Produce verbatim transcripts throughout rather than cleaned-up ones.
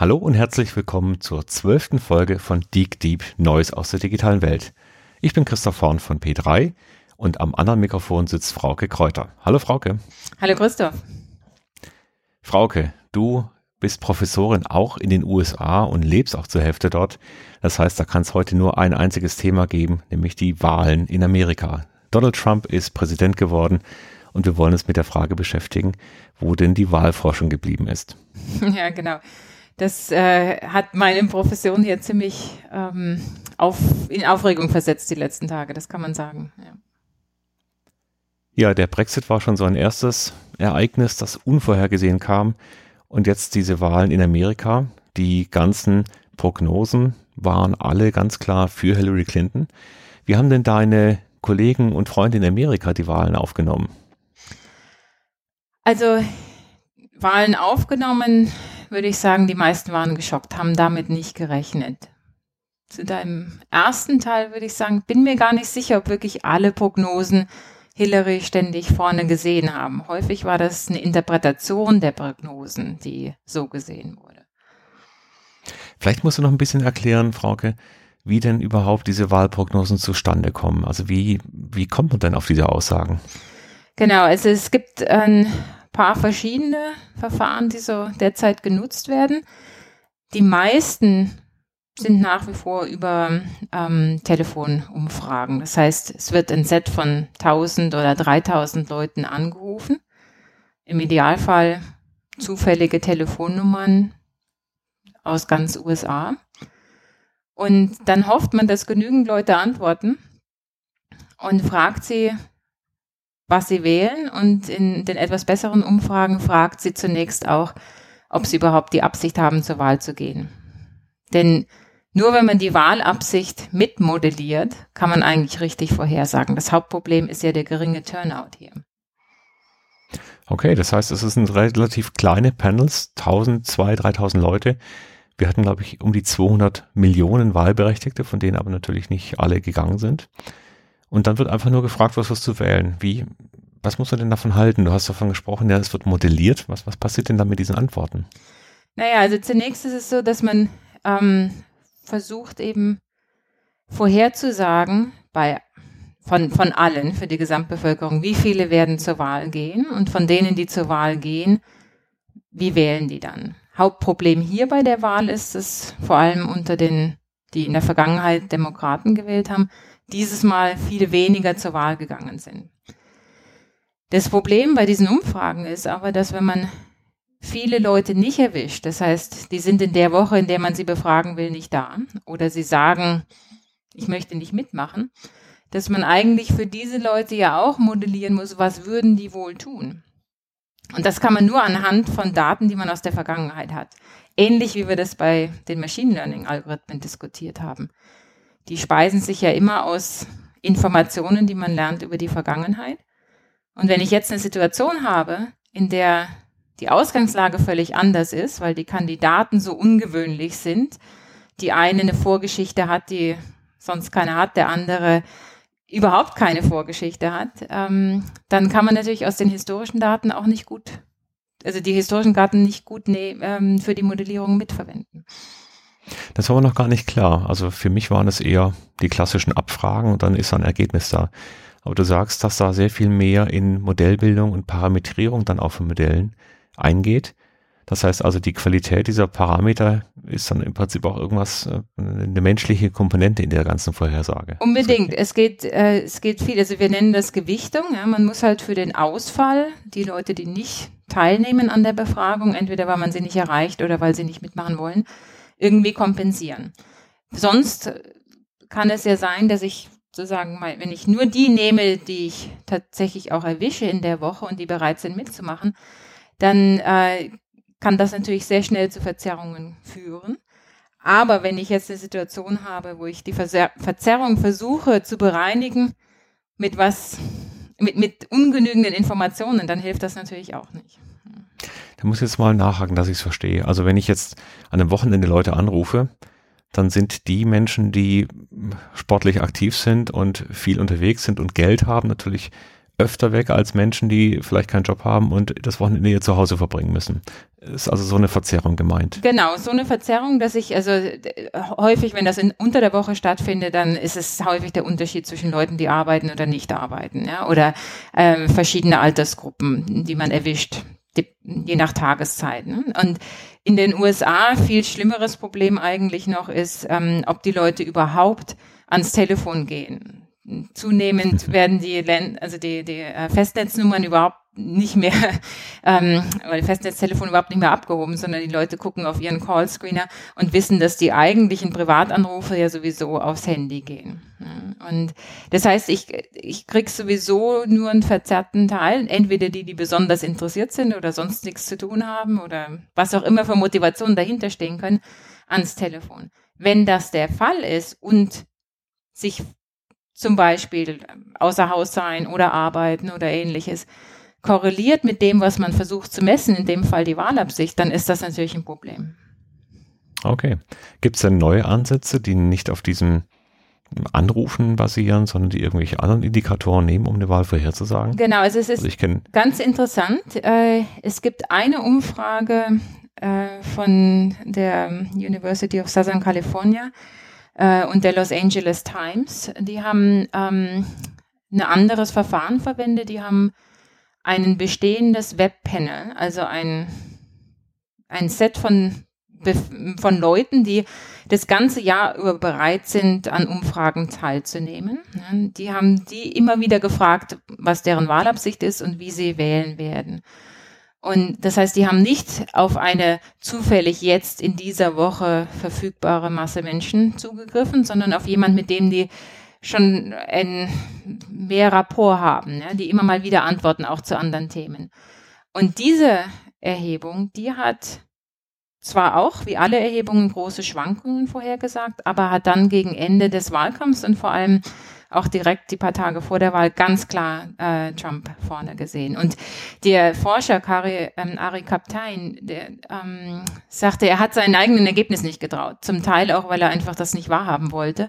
Hallo und herzlich willkommen zur zwölften Folge von Dig Deep Neues aus der digitalen Welt. Ich bin Christoph Horn von P drei und am anderen Mikrofon sitzt Frauke Kräuter. Hallo Frauke. Hallo Christoph. Frauke, du bist Professorin auch in den U S A und lebst auch zur Hälfte dort. Das heißt, da kann es heute nur ein einziges Thema geben, nämlich die Wahlen in Amerika. Donald Trump ist Präsident geworden und wir wollen uns mit der Frage beschäftigen, wo denn die Wahlforschung geblieben ist. Ja, genau. Das äh, hat meine Profession hier ziemlich ähm, auf, in Aufregung versetzt die letzten Tage, das kann man sagen. Ja. Ja, der Brexit war schon so ein erstes Ereignis, das unvorhergesehen kam. Und jetzt diese Wahlen in Amerika. Die ganzen Prognosen waren alle ganz klar für Hillary Clinton. Wie haben denn deine Kollegen und Freunde in Amerika die Wahlen aufgenommen? Also Wahlen aufgenommen, würde ich sagen, die meisten waren geschockt, haben damit nicht gerechnet. Zu deinem ersten Teil würde ich sagen, bin mir gar nicht sicher, ob wirklich alle Prognosen Hillary ständig vorne gesehen haben. Häufig war das eine Interpretation der Prognosen, die so gesehen wurde. Vielleicht musst du noch ein bisschen erklären, Frauke, wie denn überhaupt diese Wahlprognosen zustande kommen. Also wie, wie kommt man denn auf diese Aussagen? Genau, also es gibt ein paar verschiedene Verfahren, die so derzeit genutzt werden. Die meisten sind nach wie vor über ähm, Telefonumfragen. Das heißt, es wird ein Set von tausend oder dreitausend Leuten angerufen. Im Idealfall zufällige Telefonnummern aus ganz U S A. Und dann hofft man, dass genügend Leute antworten und fragt sie, was sie wählen. Und in den etwas besseren Umfragen fragt sie zunächst auch, ob sie überhaupt die Absicht haben, zur Wahl zu gehen. Denn nur wenn man die Wahlabsicht mitmodelliert, kann man eigentlich richtig vorhersagen. Das Hauptproblem ist ja der geringe Turnout hier. Okay, das heißt, es sind relativ kleine Panels, tausend, zweitausend, dreitausend Leute. Wir hatten, glaube ich, um die zweihundert Millionen Wahlberechtigte, von denen aber natürlich nicht alle gegangen sind. Und dann wird einfach nur gefragt, was wirst du wählen? Wie, was musst du denn davon halten? Du hast davon gesprochen, ja, es wird modelliert. Was, was passiert denn da mit diesen Antworten? Naja, also zunächst ist es so, dass man ähm, versucht eben vorherzusagen bei, von, von allen für die Gesamtbevölkerung, wie viele werden zur Wahl gehen und von denen, die zur Wahl gehen, wie wählen die dann? Hauptproblem hier bei der Wahl ist es vor allem unter den, die in der Vergangenheit Demokraten gewählt haben, dieses Mal viele weniger zur Wahl gegangen sind. Das Problem bei diesen Umfragen ist aber, dass wenn man viele Leute nicht erwischt, das heißt, die sind in der Woche, in der man sie befragen will, nicht da oder sie sagen, ich möchte nicht mitmachen, dass man eigentlich für diese Leute ja auch modellieren muss, was würden die wohl tun? Und das kann man nur anhand von Daten, die man aus der Vergangenheit hat. Ähnlich wie wir das bei den Machine Learning-Algorithmen diskutiert haben. Die speisen sich ja immer aus Informationen, die man lernt über die Vergangenheit. Und wenn ich jetzt eine Situation habe, in der die Ausgangslage völlig anders ist, weil die Kandidaten so ungewöhnlich sind, die eine eine Vorgeschichte hat, die sonst keine hat, der andere überhaupt keine Vorgeschichte hat, ähm, dann kann man natürlich aus den historischen Daten auch nicht gut, also die historischen Daten nicht gut ne, ähm, für die Modellierung mitverwenden. Das war aber noch gar nicht klar. Also für mich waren es eher die klassischen Abfragen und dann ist ein Ergebnis da. Aber du sagst, dass da sehr viel mehr in Modellbildung und Parametrierung dann auch von Modellen eingeht. Das heißt also, die Qualität dieser Parameter ist dann im Prinzip auch irgendwas, eine menschliche Komponente in der ganzen Vorhersage. Unbedingt. Es geht, äh, es geht viel, also wir nennen das Gewichtung. Ja. Man muss halt für den Ausfall, die Leute, die nicht teilnehmen an der Befragung, entweder weil man sie nicht erreicht oder weil sie nicht mitmachen wollen, irgendwie kompensieren. Sonst kann es ja sein, dass ich sozusagen mal, wenn ich nur die nehme, die ich tatsächlich auch erwische in der Woche und die bereit sind mitzumachen, dann äh, kann das natürlich sehr schnell zu Verzerrungen führen. Aber wenn ich jetzt eine Situation habe, wo ich die Verzer- Verzerrung versuche zu bereinigen mit was, mit, mit ungenügenden Informationen, dann hilft das natürlich auch nicht. Da muss ich jetzt mal nachhaken, dass ich es verstehe. Also wenn ich jetzt an einem Wochenende Leute anrufe, dann sind die Menschen, die sportlich aktiv sind und viel unterwegs sind und Geld haben, natürlich öfter weg als Menschen, die vielleicht keinen Job haben und das Wochenende hier zu Hause verbringen müssen. Ist also so eine Verzerrung gemeint. Genau, so eine Verzerrung, dass ich, also d- häufig, wenn das in, unter der Woche stattfindet, dann ist es häufig der Unterschied zwischen Leuten, die arbeiten oder nicht arbeiten, ja, oder ähm, verschiedene Altersgruppen, die man erwischt, die, je nach Tageszeit. Ne? Und in den U S A viel schlimmeres Problem eigentlich noch ist, ähm, ob die Leute überhaupt ans Telefon gehen. Zunehmend werden die, Län- also die, die äh, Festnetznummern überhaupt nicht mehr, ähm, oder Festnetztelefon überhaupt nicht mehr abgehoben, sondern die Leute gucken auf ihren Callscreener und wissen, dass die eigentlichen Privatanrufe ja sowieso aufs Handy gehen. Ja, und das heißt, ich, ich krieg sowieso nur einen verzerrten Teil, entweder die, die besonders interessiert sind oder sonst nichts zu tun haben oder was auch immer für Motivationen dahinter stehen können, ans Telefon. Wenn das der Fall ist und sich zum Beispiel außer Haus sein oder arbeiten oder ähnliches, korreliert mit dem, was man versucht zu messen, in dem Fall die Wahlabsicht, dann ist das natürlich ein Problem. Okay. Gibt es denn neue Ansätze, die nicht auf diesem Anrufen basieren, sondern die irgendwelche anderen Indikatoren nehmen, um eine Wahl vorherzusagen? Genau, also es ist Also ich kenn, ganz interessant. Äh, es gibt eine Umfrage äh, von der University of Southern California äh, und der Los Angeles Times. Die haben ähm, ein anderes Verfahren verwendet. Die haben ein bestehendes Webpanel, also ein, ein Set von, von Leuten, die das ganze Jahr über bereit sind, an Umfragen teilzunehmen. Die haben die immer wieder gefragt, was deren Wahlabsicht ist und wie sie wählen werden. Und das heißt, die haben nicht auf eine zufällig jetzt in dieser Woche verfügbare Masse Menschen zugegriffen, sondern auf jemanden, mit dem die schon ein, mehr Rapport haben, ja, die immer mal wieder antworten, auch zu anderen Themen. Und diese Erhebung, die hat zwar auch, wie alle Erhebungen, große Schwankungen vorhergesagt, aber hat dann gegen Ende des Wahlkampfs und vor allem auch direkt die paar Tage vor der Wahl ganz klar äh, Trump vorne gesehen. Und der Forscher Kari, ähm, Ari Kaptein, der ähm, sagte, er hat seinen eigenen Ergebnissen nicht getraut. Zum Teil auch, weil er einfach das nicht wahrhaben wollte.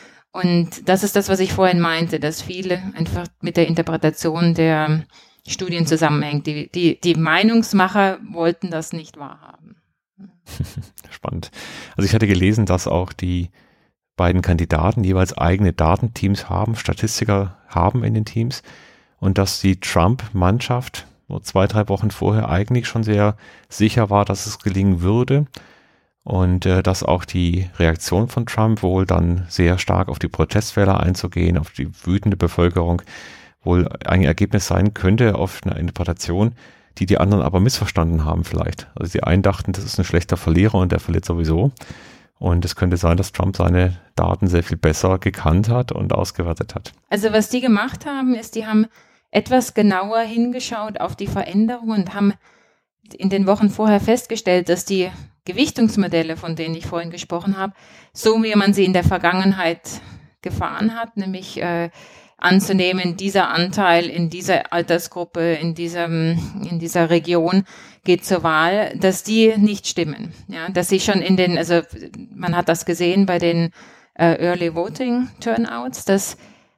Und das ist das, was ich vorhin meinte, dass viele einfach mit der Interpretation der Studien zusammenhängt. Die, die, die Meinungsmacher wollten das nicht wahrhaben. Spannend. Also ich hatte gelesen, dass auch die beiden Kandidaten jeweils eigene Datenteams haben, Statistiker haben in den Teams und dass die Trump-Mannschaft nur zwei, drei Wochen vorher eigentlich schon sehr sicher war, dass es gelingen würde. Und äh, dass auch die Reaktion von Trump wohl dann sehr stark auf die Protestwähler einzugehen, auf die wütende Bevölkerung, wohl ein Ergebnis sein könnte auf eine Interpretation, die die anderen aber missverstanden haben vielleicht. Also die einen dachten, das ist ein schlechter Verlierer und der verliert sowieso. Und es könnte sein, dass Trump seine Daten sehr viel besser gekannt hat und ausgewertet hat. Also was die gemacht haben, ist, die haben etwas genauer hingeschaut auf die Veränderungen und haben in den Wochen vorher festgestellt, dass die Gewichtungsmodelle, von denen ich vorhin gesprochen habe, so wie man sie in der Vergangenheit gefahren hat, nämlich äh, anzunehmen, dieser Anteil in dieser Altersgruppe, in diesem, in dieser Region geht zur Wahl, dass die nicht stimmen. Ja, dass sie schon in den, also man hat das gesehen bei den äh, Early Voting Turnouts, dass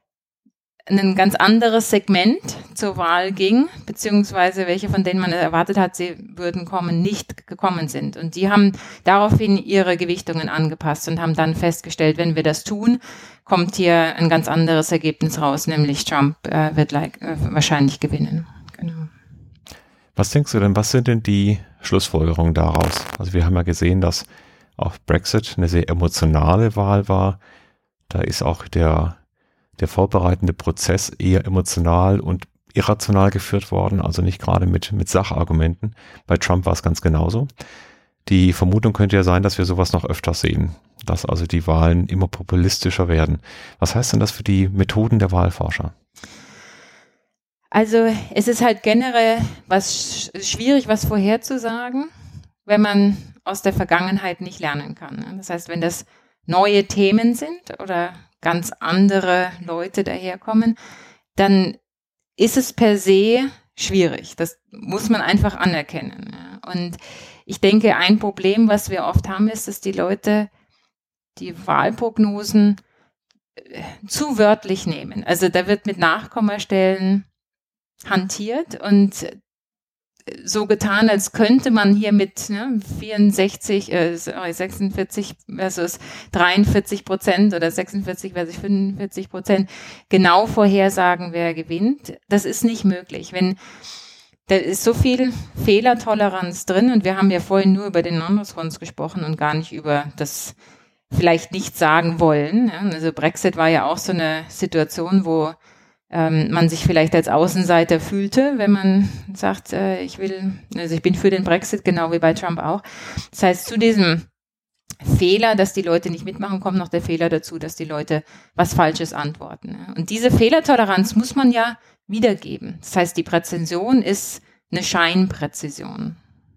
ein ganz anderes Segment zur Wahl ging, beziehungsweise welche von denen man erwartet hat, sie würden kommen, nicht gekommen sind. Und die haben daraufhin ihre Gewichtungen angepasst und haben dann festgestellt, wenn wir das tun, kommt hier ein ganz anderes Ergebnis raus, nämlich Trump äh, wird like, äh, wahrscheinlich gewinnen. Genau. Was denkst du denn, was sind denn die Schlussfolgerungen daraus? Also wir haben ja gesehen, dass auch Brexit eine sehr emotionale Wahl war. Da ist auch der der vorbereitende Prozess eher emotional und irrational geführt worden, also nicht gerade mit, mit Sachargumenten. Bei Trump war es ganz genauso. Die Vermutung könnte ja sein, dass wir sowas noch öfter sehen, dass also die Wahlen immer populistischer werden. Was heißt denn das für die Methoden der Wahlforscher? Also es ist halt generell was schwierig, was vorherzusagen, wenn man aus der Vergangenheit nicht lernen kann. Das heißt, wenn das neue Themen sind oder ganz andere Leute daherkommen, dann ist es per se schwierig. Das muss man einfach anerkennen. Und ich denke, ein Problem, was wir oft haben, ist, dass die Leute die Wahlprognosen zu wörtlich nehmen. Also da wird mit Nachkommastellen hantiert und so getan, als könnte man hier mit ne, vierundsechzig, äh, sorry, sechsundvierzig versus dreiundvierzig Prozent oder sechsundvierzig versus fünfundvierzig Prozent genau vorhersagen, wer gewinnt. Das ist nicht möglich. Wenn da ist so viel Fehlertoleranz drin und wir haben ja vorhin nur über den Non-Response gesprochen und gar nicht über das vielleicht nicht sagen wollen. Ja. Also Brexit war ja auch so eine Situation, wo ähm, man sich vielleicht als Außenseiter fühlte, wenn man sagt, äh, ich will, also ich bin für den Brexit, genau wie bei Trump auch. Das heißt, zu diesem Fehler, dass die Leute nicht mitmachen, kommt noch der Fehler dazu, dass die Leute was Falsches antworten. Ja. Und diese Fehlertoleranz muss man ja wiedergeben. Das heißt, die Präzision ist eine Scheinpräzision.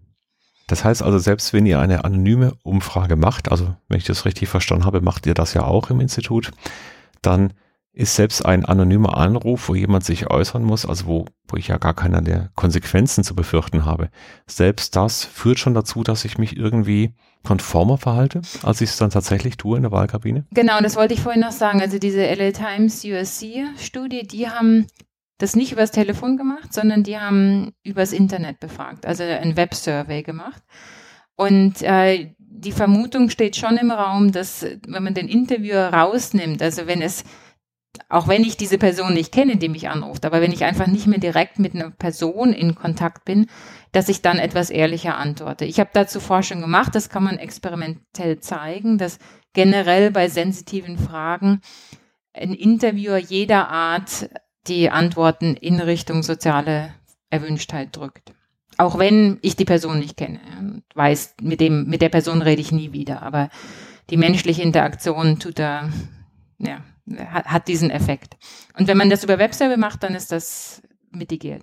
Das heißt also, selbst wenn ihr eine anonyme Umfrage macht, also wenn ich das richtig verstanden habe, macht ihr das ja auch im Institut, dann ist selbst ein anonymer Anruf, wo jemand sich äußern muss, also wo, wo ich ja gar keine der Konsequenzen zu befürchten habe, selbst das führt schon dazu, dass ich mich irgendwie konformer verhalte, als ich es dann tatsächlich tue in der Wahlkabine? Genau, das wollte ich vorhin noch sagen. Also diese L A Times U S C-Studie, die haben das nicht übers Telefon gemacht, sondern die haben übers Internet befragt, also ein Web-Survey gemacht. Und äh, die Vermutung steht schon im Raum, dass wenn man den Interviewer rausnimmt, also wenn es, auch wenn ich diese Person nicht kenne, die mich anruft, aber wenn ich einfach nicht mehr direkt mit einer Person in Kontakt bin, dass ich dann etwas ehrlicher antworte. Ich habe dazu Forschung gemacht, das kann man experimentell zeigen, dass generell bei sensitiven Fragen ein Interviewer jeder Art die Antworten in Richtung soziale Erwünschtheit drückt. Auch wenn ich die Person nicht kenne. Weiß, mit dem, mit der Person rede ich nie wieder. Aber die menschliche Interaktion tut da, ja, hat, hat diesen Effekt. Und wenn man das über Webserver macht, dann ist das mitigiert.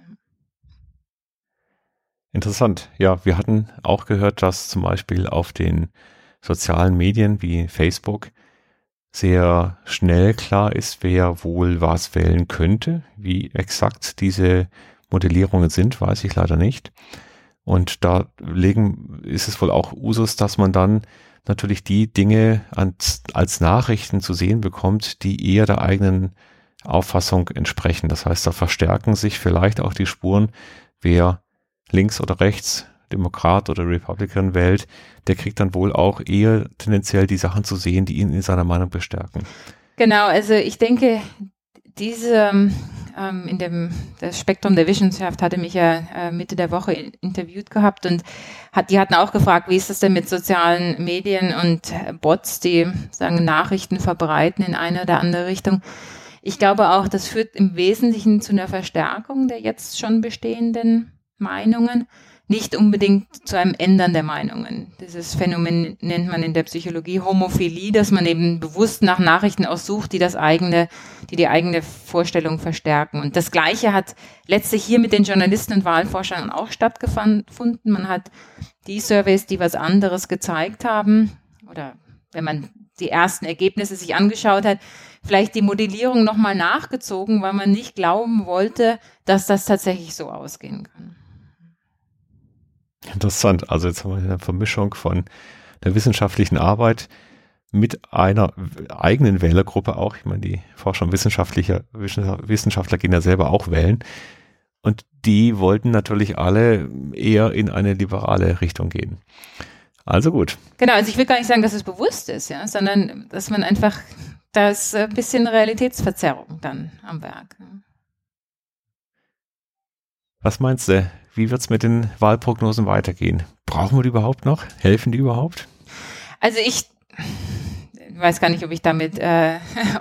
Interessant. Ja, wir hatten auch gehört, dass zum Beispiel auf den sozialen Medien wie Facebook sehr schnell klar ist, wer wohl was wählen könnte. Wie exakt diese Modellierungen sind, weiß ich leider nicht. Und da legen, ist es wohl auch Usus, dass man dann natürlich die Dinge als, als Nachrichten zu sehen bekommt, die eher der eigenen Auffassung entsprechen. Das heißt, da verstärken sich vielleicht auch die Spuren, wer links oder rechts, Demokrat oder Republican wählt, der kriegt dann wohl auch eher tendenziell die Sachen zu sehen, die ihn in seiner Meinung bestärken. Genau, also ich denke, diese ähm, in dem das Spektrum der Wissenschaft hatte mich ja äh, Mitte der Woche interviewt gehabt und hat, die hatten auch gefragt, wie ist das denn mit sozialen Medien und Bots, die sagen Nachrichten verbreiten in eine oder andere Richtung. Ich glaube auch, das führt im Wesentlichen zu einer Verstärkung der jetzt schon bestehenden Meinungen, nicht unbedingt zu einem Ändern der Meinungen. Dieses Phänomen nennt man in der Psychologie Homophilie, dass man eben bewusst nach Nachrichten aussucht, die das eigene, die die eigene Vorstellung verstärken. Und das Gleiche hat letztlich hier mit den Journalisten und Wahlforschern auch stattgefunden. Man hat die Surveys, die was anderes gezeigt haben, oder wenn man die ersten Ergebnisse sich angeschaut hat, vielleicht die Modellierung nochmal nachgezogen, weil man nicht glauben wollte, dass das tatsächlich so ausgehen kann. Interessant. Also jetzt haben wir eine Vermischung von der wissenschaftlichen Arbeit mit einer eigenen Wählergruppe auch. Ich meine, die Forscher und Wissenschaftler, Wissenschaftler gehen ja selber auch wählen. Und die wollten natürlich alle eher in eine liberale Richtung gehen. Also gut. Genau, also ich will gar nicht sagen, dass es bewusst ist, ja, sondern dass man einfach, da ist ein bisschen Realitätsverzerrung dann am Werk. Was meinst du? Wie wird es mit den Wahlprognosen weitergehen? Brauchen wir die überhaupt noch? Helfen die überhaupt? Also ich weiß gar nicht, ob ich damit äh,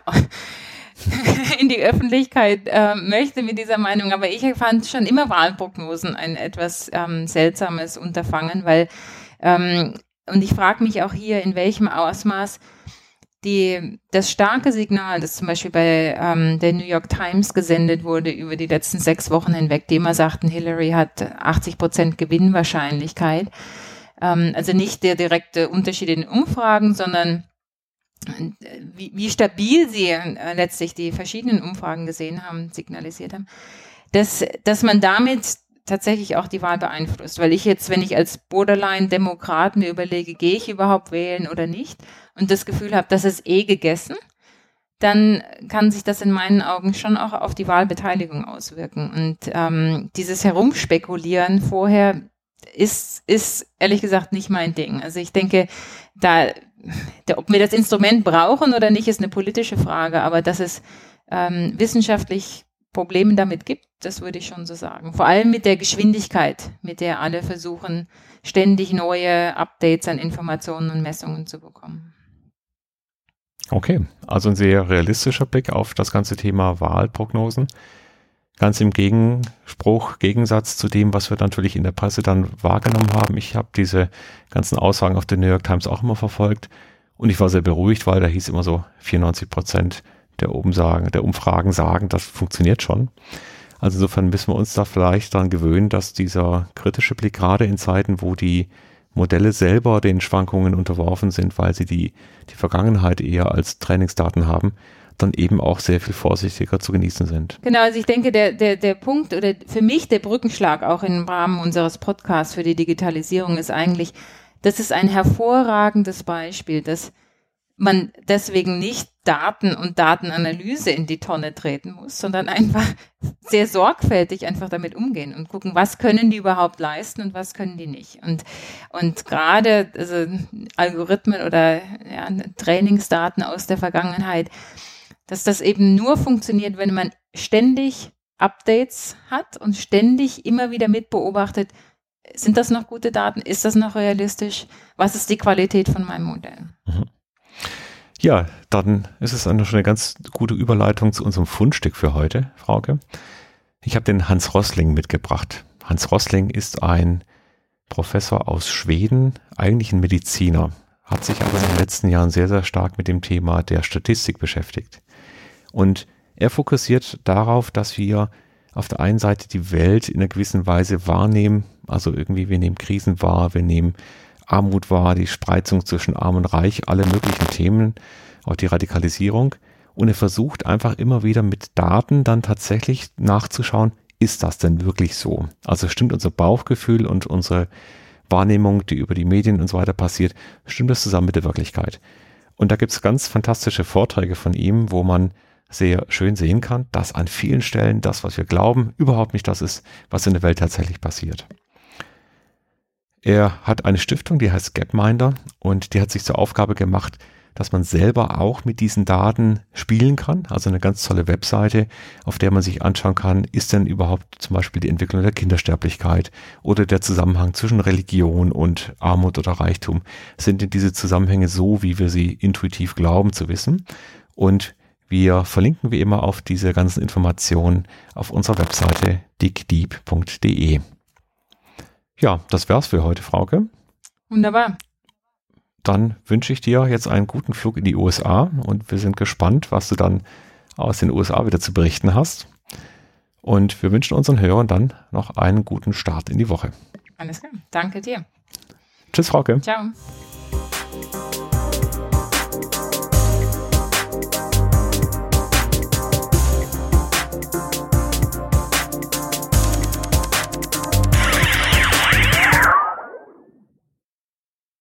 in die Öffentlichkeit äh, möchte mit dieser Meinung, aber ich fand schon immer Wahlprognosen ein etwas ähm, seltsames Unterfangen, weil ähm, und ich frage mich auch hier, in welchem Ausmaß Die, das starke Signal, das zum Beispiel bei ähm, der New York Times gesendet wurde über die letzten sechs Wochen hinweg, die immer sagten, Hillary hat achtzig Prozent Gewinnwahrscheinlichkeit. Ähm, also nicht der direkte Unterschied in den Umfragen, sondern wie, wie stabil sie äh, letztlich die verschiedenen Umfragen gesehen haben, signalisiert haben, dass, dass man damit tatsächlich auch die Wahl beeinflusst. Weil ich jetzt, wenn ich als Borderline-Demokrat mir überlege, gehe ich überhaupt wählen oder nicht, und das Gefühl habe, das ist eh gegessen, dann kann sich das in meinen Augen schon auch auf die Wahlbeteiligung auswirken. Und ähm, dieses Herumspekulieren vorher ist, ist ehrlich gesagt nicht mein Ding. Also ich denke, da, da ob wir das Instrument brauchen oder nicht, ist eine politische Frage, aber dass es ähm, wissenschaftlich Probleme damit gibt, das würde ich schon so sagen. Vor allem mit der Geschwindigkeit, mit der alle versuchen, ständig neue Updates an Informationen und Messungen zu bekommen. Okay, also ein sehr realistischer Blick auf das ganze Thema Wahlprognosen. Ganz im Gegenspruch, Gegensatz zu dem, was wir natürlich in der Presse dann wahrgenommen haben. Ich habe diese ganzen Aussagen auf der New York Times auch immer verfolgt und ich war sehr beruhigt, weil da hieß immer so vierundneunzig Prozent der Umsagen, der Umfragen sagen, das funktioniert schon. Also insofern müssen wir uns da vielleicht daran gewöhnen, dass dieser kritische Blick gerade in Zeiten, wo die Modelle selber den Schwankungen unterworfen sind, weil sie die, die Vergangenheit eher als Trainingsdaten haben, dann eben auch sehr viel vorsichtiger zu genießen sind. Genau, also ich denke, der, der, der Punkt oder für mich der Brückenschlag auch im Rahmen unseres Podcasts für die Digitalisierung ist eigentlich, das ist ein hervorragendes Beispiel, dass man deswegen nicht Daten und Datenanalyse in die Tonne treten muss, sondern einfach sehr sorgfältig einfach damit umgehen und gucken, was können die überhaupt leisten und was können die nicht. Und, und gerade also Algorithmen oder ja, Trainingsdaten aus der Vergangenheit, dass das eben nur funktioniert, wenn man ständig Updates hat und ständig immer wieder mitbeobachtet, sind das noch gute Daten, ist das noch realistisch, was ist die Qualität von meinem Modell? Mhm. Ja, dann ist es schon eine ganz gute Überleitung zu unserem Fundstück für heute, Frauke. Ich habe den Hans Rosling mitgebracht. Hans Rosling ist ein Professor aus Schweden, eigentlich ein Mediziner, hat sich aber in den letzten Jahren sehr, sehr stark mit dem Thema der Statistik beschäftigt. Und er fokussiert darauf, dass wir auf der einen Seite die Welt in einer gewissen Weise wahrnehmen, also irgendwie wir nehmen Krisen wahr, wir nehmen Armut wahr, die Spreizung zwischen Arm und Reich, alle möglichen Themen, auch die Radikalisierung. Und er versucht einfach immer wieder mit Daten dann tatsächlich nachzuschauen, ist das denn wirklich so? Also stimmt unser Bauchgefühl und unsere Wahrnehmung, die über die Medien und so weiter passiert, stimmt das zusammen mit der Wirklichkeit? Und da gibt es ganz fantastische Vorträge von ihm, wo man sehr schön sehen kann, dass an vielen Stellen das, was wir glauben, überhaupt nicht das ist, was in der Welt tatsächlich passiert. Er hat eine Stiftung, die heißt Gapminder und die hat sich zur Aufgabe gemacht, dass man selber auch mit diesen Daten spielen kann. Also eine ganz tolle Webseite, auf der man sich anschauen kann, ist denn überhaupt zum Beispiel die Entwicklung der Kindersterblichkeit oder der Zusammenhang zwischen Religion und Armut oder Reichtum. Sind denn diese Zusammenhänge so, wie wir sie intuitiv glauben zu wissen? Und wir verlinken wie immer auf diese ganzen Informationen auf unserer Webseite digdeep punkt de. Ja, das wär's für heute, Frauke. Wunderbar. Dann wünsche ich dir jetzt einen guten Flug in die U S A und wir sind gespannt, was du dann aus den U S A wieder zu berichten hast. Und wir wünschen unseren Hörern dann noch einen guten Start in die Woche. Alles klar. Danke dir. Tschüss, Frauke. Ciao.